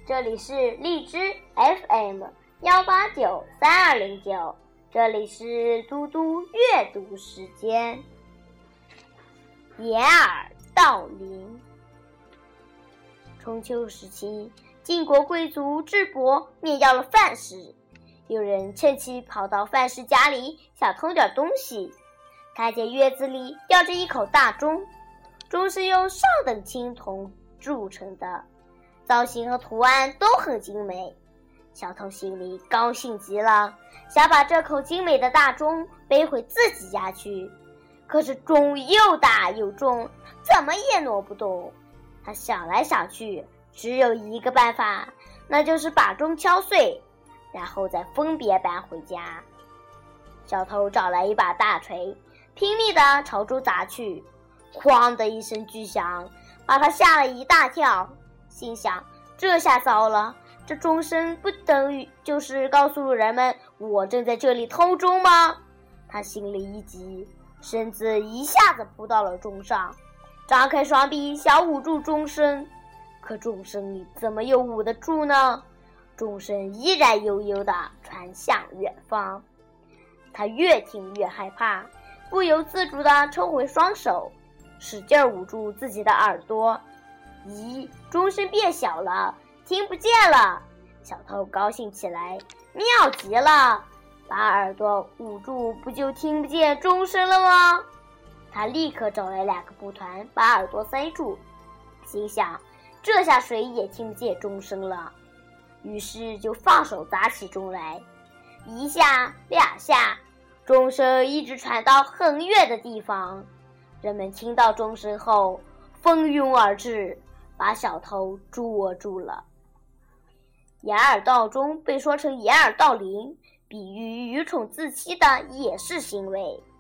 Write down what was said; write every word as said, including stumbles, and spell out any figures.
这里是荔枝 F M 幺八九三二零九，这里是嘟嘟阅读时间。掩耳盗铃。春秋时期，晋国贵族智伯灭掉了范氏，有人趁机跑到范氏家里想偷点东西，看见院子里吊着一口大钟，钟是用上等青铜铸成的，造型和图案都很精美。小偷心里高兴极了，想把这口精美的大钟背回自己家去。可是钟又大又重，怎么也挪不动。他想来想去，只有一个办法，那就是把钟敲碎，然后再分别搬回家。小偷找来一把大锤，拼命地朝钟砸去，哐的一声巨响，把他吓了一大跳，心想这下糟了，这钟声不等于就是告诉人们我正在这里偷钟吗？他心里一急，身子一下子扑到了钟上，张开双臂想捂住钟声，可钟声里怎么又捂得住呢？钟声依然悠悠地传向远方。他越听越害怕，不由自主地抽回双手，使劲捂住自己的耳朵。咦，钟声变小了，听不见了。小偷高兴起来，妙极了，把耳朵捂住不就听不见钟声了吗？他立刻找来两个布团把耳朵塞住，心想这下谁也听不见钟声了，于是就放手砸起钟来。一下两下，钟声一直传到很远的地方，人们听到钟声后蜂拥而至，把小偷捉住了。掩耳盗钟被说成掩耳盗铃，比喻愚蠢自欺的掩饰行为。